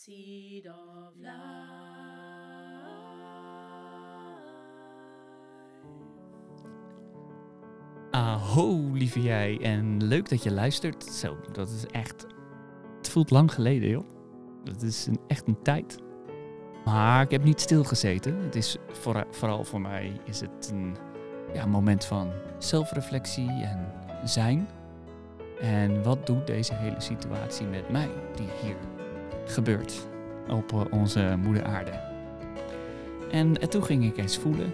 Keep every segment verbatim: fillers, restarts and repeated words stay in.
Seed of Life. Aho, lieve jij. En leuk dat je luistert. Zo, dat is echt... Het voelt lang geleden, joh. Dat is een, echt een tijd. Maar ik heb niet stilgezeten. Het is voor, vooral voor mij is het een ja, moment van zelfreflectie en zijn. En wat doet deze hele situatie met mij die hier gebeurt op uh, onze moeder aarde? En, en toen ging ik eens voelen.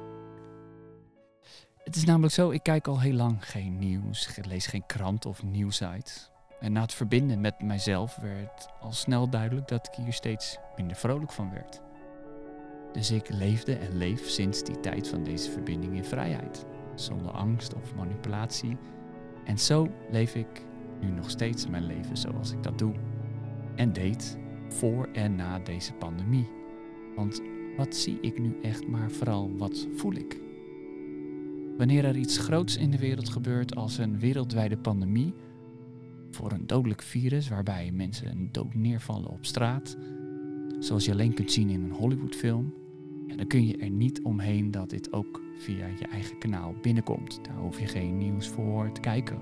Het is namelijk zo, ik kijk al heel lang geen nieuws, lees geen krant of nieuwssite. En na het verbinden met mijzelf werd al snel duidelijk dat ik hier steeds minder vrolijk van werd. Dus ik leefde en leef sinds die tijd van deze verbinding in vrijheid, zonder angst of manipulatie. En zo leef ik nu nog steeds mijn leven zoals ik dat doe. En deed voor en na deze pandemie. Want wat zie ik nu echt, maar vooral wat voel ik? Wanneer er iets groots in de wereld gebeurt als een wereldwijde pandemie, voor een dodelijk virus waarbij mensen dood neervallen op straat, zoals je alleen kunt zien in een Hollywoodfilm, ja, dan kun je er niet omheen dat dit ook via je eigen kanaal binnenkomt. Daar hoef je geen nieuws voor te kijken.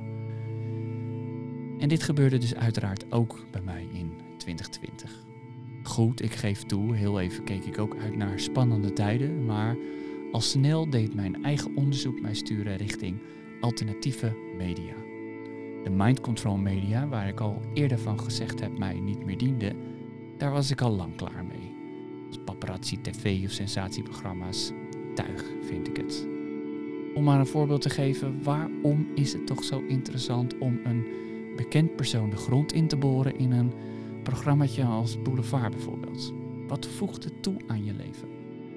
En dit gebeurde dus uiteraard ook bij mij in twintig twintig. Goed, ik geef toe, heel even keek ik ook uit naar spannende tijden, maar al snel deed mijn eigen onderzoek mij sturen richting alternatieve media. De mind control media, waar ik al eerder van gezegd heb mij niet meer diende, daar was ik al lang klaar mee. Als paparazzi tv of sensatieprogramma's, tuig vind ik het. Om maar een voorbeeld te geven, waarom is het toch zo interessant om een bekend persoon de grond in te boren in een programmaatje als Boulevard bijvoorbeeld? Wat voegt het toe aan je leven?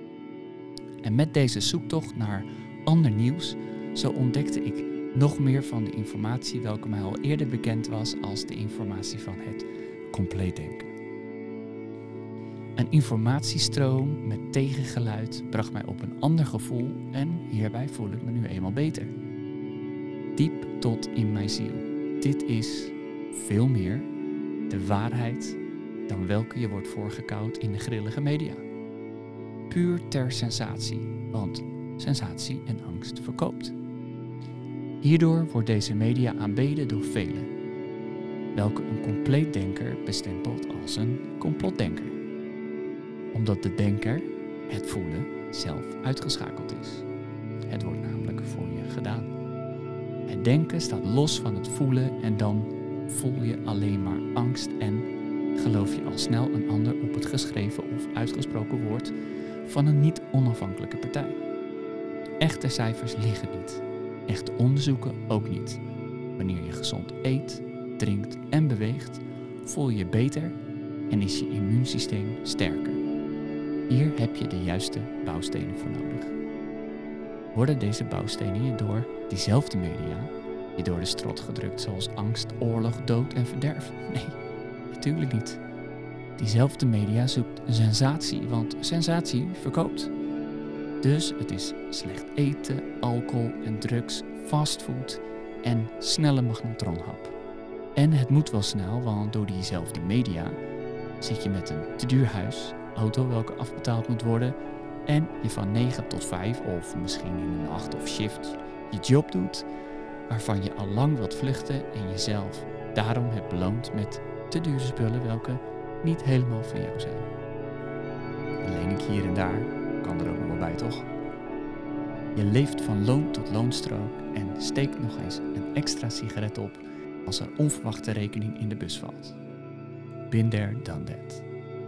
En met deze zoektocht naar ander nieuws, zo ontdekte ik nog meer van de informatie welke mij al eerder bekend was als de informatie van het compleet denken. Een informatiestroom met tegengeluid bracht mij op een ander gevoel en hierbij voel ik me nu eenmaal beter. Diep tot in mijn ziel. Dit is veel meer de waarheid dan welke je wordt voorgekoud in de grillige media. Puur ter sensatie, want sensatie en angst verkoopt. Hierdoor wordt deze media aanbeden door velen, welke een compleet denker bestempelt als een complotdenker. Omdat de denker, het voelen, zelf uitgeschakeld is. Het wordt namelijk voor je gedaan. Het denken staat los van het voelen en dan voel je alleen maar angst en geloof je al snel een ander op het geschreven of uitgesproken woord van een niet onafhankelijke partij. Echte cijfers liggen niet. Echte onderzoeken ook niet. Wanneer je gezond eet, drinkt en beweegt, voel je je beter en is je immuunsysteem sterker. Hier heb je de juiste bouwstenen voor nodig. Worden deze bouwstenen je door diezelfde media je door de strot gedrukt zoals angst, oorlog, dood en verderf? Nee, natuurlijk niet. Diezelfde media zoekt een sensatie, want sensatie verkoopt. Dus het is slecht eten, alcohol en drugs, fastfood en snelle magnetronhap. En het moet wel snel, want door diezelfde media zit je met een te duur huis, auto welke afbetaald moet worden en je van negen tot vijf of misschien in een acht of shift je job doet, waarvan je al lang wilt vluchten en jezelf daarom hebt beloond met te dure spullen welke niet helemaal van jou zijn. Leen ik hier en daar, kan er ook nog wel bij toch? Je leeft van loon tot loonstrook en steekt nog eens een extra sigaret op als er onverwachte rekening in de bus valt. Been there, done that.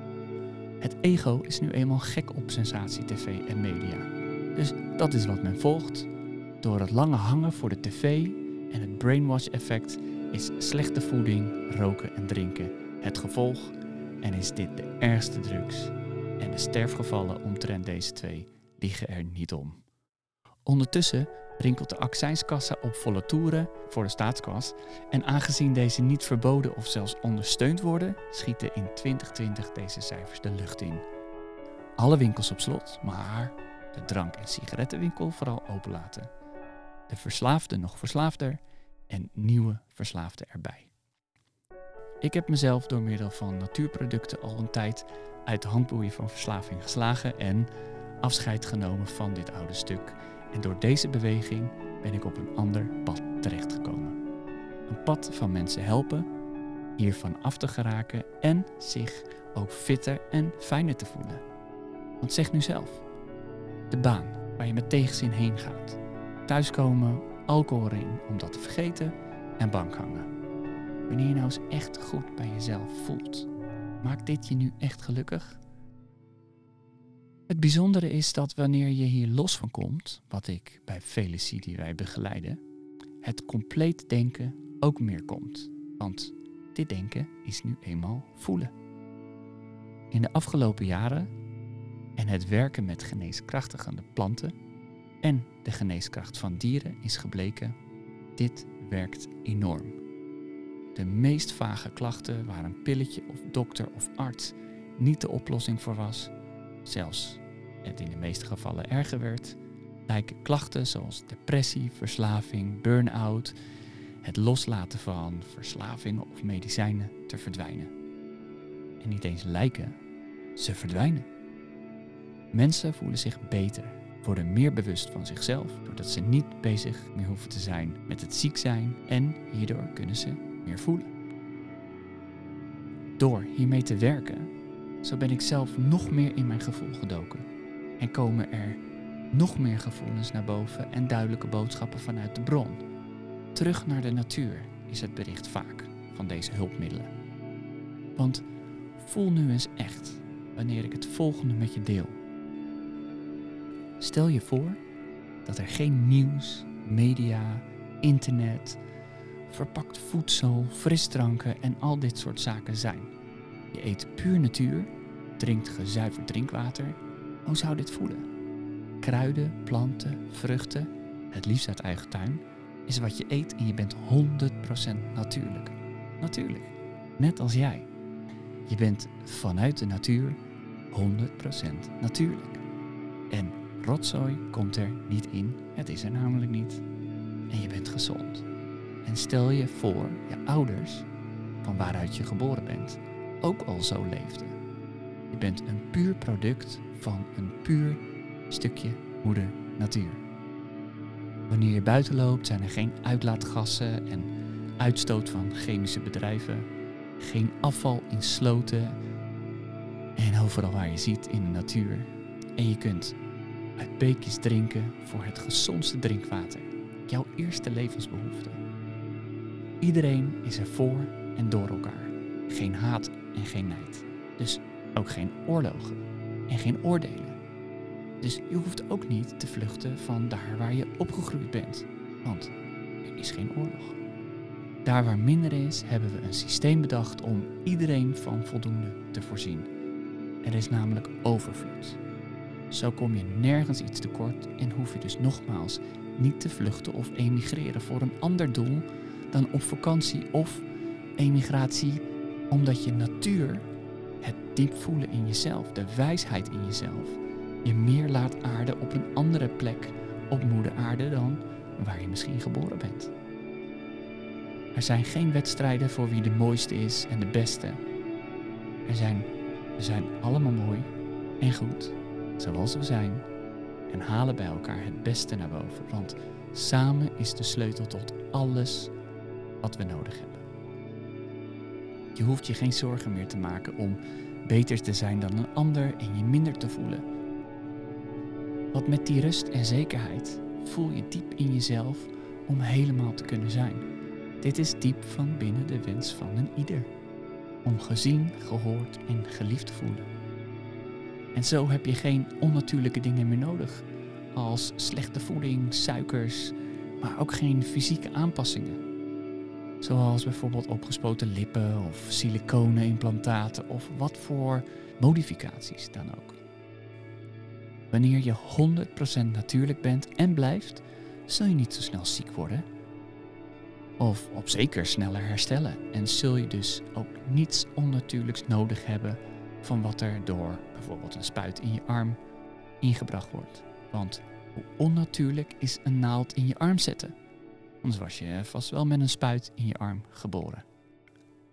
Het ego is nu eenmaal gek op sensatie, tv en media. Dus dat is wat men volgt. Door het lange hangen voor de tv en het brainwash effect is slechte voeding, roken en drinken het gevolg en is dit de ergste drugs. En de sterfgevallen omtrent deze twee liegen er niet om. Ondertussen rinkelt de accijnskassa op volle toeren voor de staatskas en aangezien deze niet verboden of zelfs ondersteund worden, schieten in twintig twintig deze cijfers de lucht in. Alle winkels op slot, maar de drank- en sigarettenwinkel vooral openlaten. De verslaafde nog verslaafder en nieuwe verslaafden erbij. Ik heb mezelf door middel van natuurproducten al een tijd uit de handboeien van verslaving geslagen en afscheid genomen van dit oude stuk. En door deze beweging ben ik op een ander pad terechtgekomen. Een pad van mensen helpen hiervan af te geraken en zich ook fitter en fijner te voelen. Want zeg nu zelf, de baan waar je met tegenzin heen gaat, thuiskomen, alcohol erin om dat te vergeten en bank hangen. Wanneer je nou eens echt goed bij jezelf voelt, maakt dit je nu echt gelukkig? Het bijzondere is dat wanneer je hier los van komt, wat ik bij velen zie die wij begeleiden, het compleet denken ook meer komt. Want dit denken is nu eenmaal voelen. In de afgelopen jaren en het werken met geneeskrachtigende planten en de geneeskracht van dieren is gebleken, dit werkt enorm. De meest vage klachten waar een pilletje of dokter of arts niet de oplossing voor was, zelfs het in de meeste gevallen erger werd, lijken klachten zoals depressie, verslaving, burn-out, het loslaten van verslavingen of medicijnen te verdwijnen. En niet eens lijken, ze verdwijnen. Mensen voelen zich beter, worden meer bewust van zichzelf, doordat ze niet bezig meer hoeven te zijn met het ziek zijn en hierdoor kunnen ze meer voelen. Door hiermee te werken, zo ben ik zelf nog meer in mijn gevoel gedoken en komen er nog meer gevoelens naar boven en duidelijke boodschappen vanuit de bron. Terug naar de natuur is het bericht vaak van deze hulpmiddelen. Want voel nu eens echt wanneer ik het volgende met je deel. Stel je voor dat er geen nieuws, media, internet, verpakt voedsel, frisdranken en al dit soort zaken zijn. Je eet puur natuur, drinkt gezuiverd drinkwater. Hoe zou dit voelen? Kruiden, planten, vruchten, het liefst uit eigen tuin, is wat je eet en je bent honderd procent natuurlijk. Natuurlijk, net als jij. Je bent vanuit de natuur honderd procent natuurlijk. En rotzooi komt er niet in, het is er namelijk niet. En je bent gezond. En stel je voor, je ouders, van waaruit je geboren bent, ook al zo leefden. Je bent een puur product van een puur stukje moeder natuur. Wanneer je buiten loopt zijn er geen uitlaatgassen en uitstoot van chemische bedrijven, geen afval in sloten en overal waar je ziet in de natuur. En je kunt uit beekjes drinken voor het gezondste drinkwater, jouw eerste levensbehoefte. Iedereen is er voor en door elkaar. Geen haat en geen nijd. Dus ook geen oorlogen en geen oordelen. Dus je hoeft ook niet te vluchten van daar waar je opgegroeid bent. Want er is geen oorlog. Daar waar minder is, hebben we een systeem bedacht om iedereen van voldoende te voorzien. Er is namelijk overvloed. Zo kom je nergens iets tekort en hoef je dus nogmaals niet te vluchten of emigreren voor een ander doel dan op vakantie of emigratie, omdat je natuur, het diep voelen in jezelf, de wijsheid in jezelf, je meer laat aarden op een andere plek op moeder aarde dan waar je misschien geboren bent. Er zijn geen wedstrijden voor wie de mooiste is en de beste. Er zijn, we zijn allemaal mooi en goed, zoals we zijn, en halen bij elkaar het beste naar boven, want samen is de sleutel tot alles wat we nodig hebben. Je hoeft je geen zorgen meer te maken om beter te zijn dan een ander en je minder te voelen. Want met die rust en zekerheid voel je diep in jezelf om helemaal te kunnen zijn. Dit is diep van binnen de wens van een ieder. Om gezien, gehoord en geliefd te voelen. En zo heb je geen onnatuurlijke dingen meer nodig, als slechte voeding, suikers, maar ook geen fysieke aanpassingen. Zoals bijvoorbeeld opgespoten lippen of siliconenimplantaten of wat voor modificaties dan ook. Wanneer je honderd procent natuurlijk bent en blijft, zul je niet zo snel ziek worden. Of op zeker sneller herstellen en zul je dus ook niets onnatuurlijks nodig hebben van wat er door bijvoorbeeld een spuit in je arm ingebracht wordt. Want hoe onnatuurlijk is een naald in je arm zetten? Anders was je vast wel met een spuit in je arm geboren.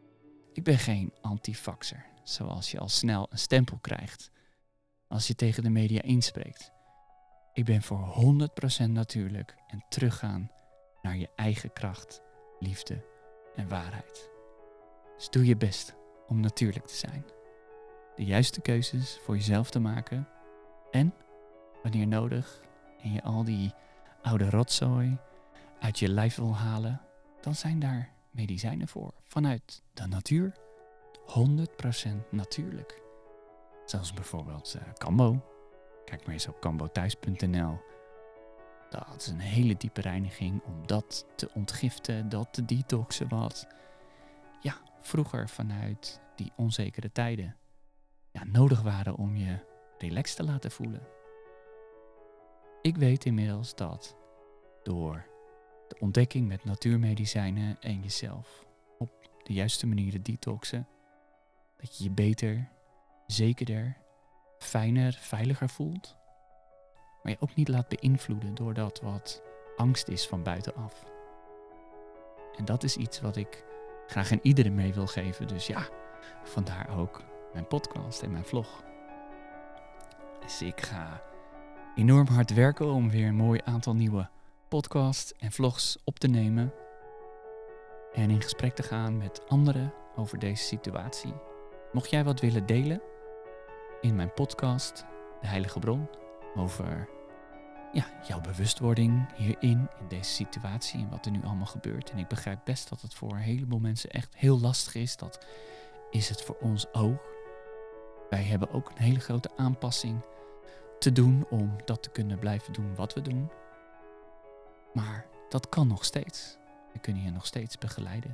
Ik ben geen antivaxer, zoals je al snel een stempel krijgt als je tegen de media inspreekt. Ik ben voor honderd procent natuurlijk en teruggaan naar je eigen kracht, liefde en waarheid. Dus doe je best om natuurlijk te zijn. De juiste keuzes voor jezelf te maken en, wanneer nodig, en je al die oude rotzooi uit je lijf wil halen, dan zijn daar medicijnen voor. Vanuit de natuur, honderd procent natuurlijk. Zoals bijvoorbeeld uh, Kambo. Kijk maar eens op kambothuis punt n l. Dat is een hele diepe reiniging om dat te ontgiften, dat te detoxen wat ja, vroeger vanuit die onzekere tijden ja, nodig waren om je relaxed te laten voelen. Ik weet inmiddels dat door de ontdekking met natuurmedicijnen en jezelf op de juiste manieren detoxen, dat je je beter, zekerder, fijner, veiliger voelt. Maar je ook niet laat beïnvloeden door dat wat angst is van buitenaf. En dat is iets wat ik graag aan iedereen mee wil geven. Dus ja, vandaar ook mijn podcast en mijn vlog. Dus ik ga enorm hard werken om weer een mooi aantal nieuwe podcasts en vlogs op te nemen. En in gesprek te gaan met anderen over deze situatie. Mocht jij wat willen delen in mijn podcast, De Heilige Bron, over ja, jouw bewustwording hierin, in deze situatie en wat er nu allemaal gebeurt. En ik begrijp best dat het voor een heleboel mensen echt heel lastig is. Dat is het voor ons ook. Wij hebben ook een hele grote aanpassing te doen om dat te kunnen blijven doen wat we doen. Maar dat kan nog steeds. We kunnen je nog steeds begeleiden.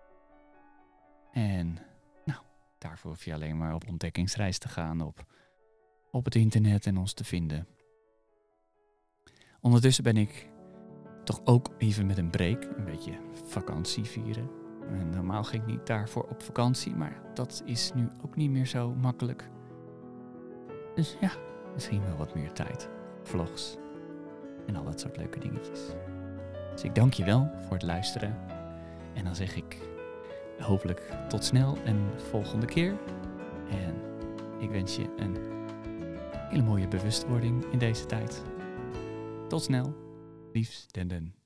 En nou, daarvoor hoef je alleen maar op ontdekkingsreis te gaan op, op het internet en ons te vinden. Ondertussen ben ik toch ook even met een break, een beetje vakantie vieren. En normaal ging ik niet daarvoor op vakantie, maar dat is nu ook niet meer zo makkelijk. Dus ja, misschien wel wat meer tijd, vlogs en al dat soort leuke dingetjes. Dus ik dank je wel voor het luisteren. En dan zeg ik hopelijk tot snel een volgende keer. En ik wens je een hele mooie bewustwording in deze tijd. Tot snel. Liefs, Den Den.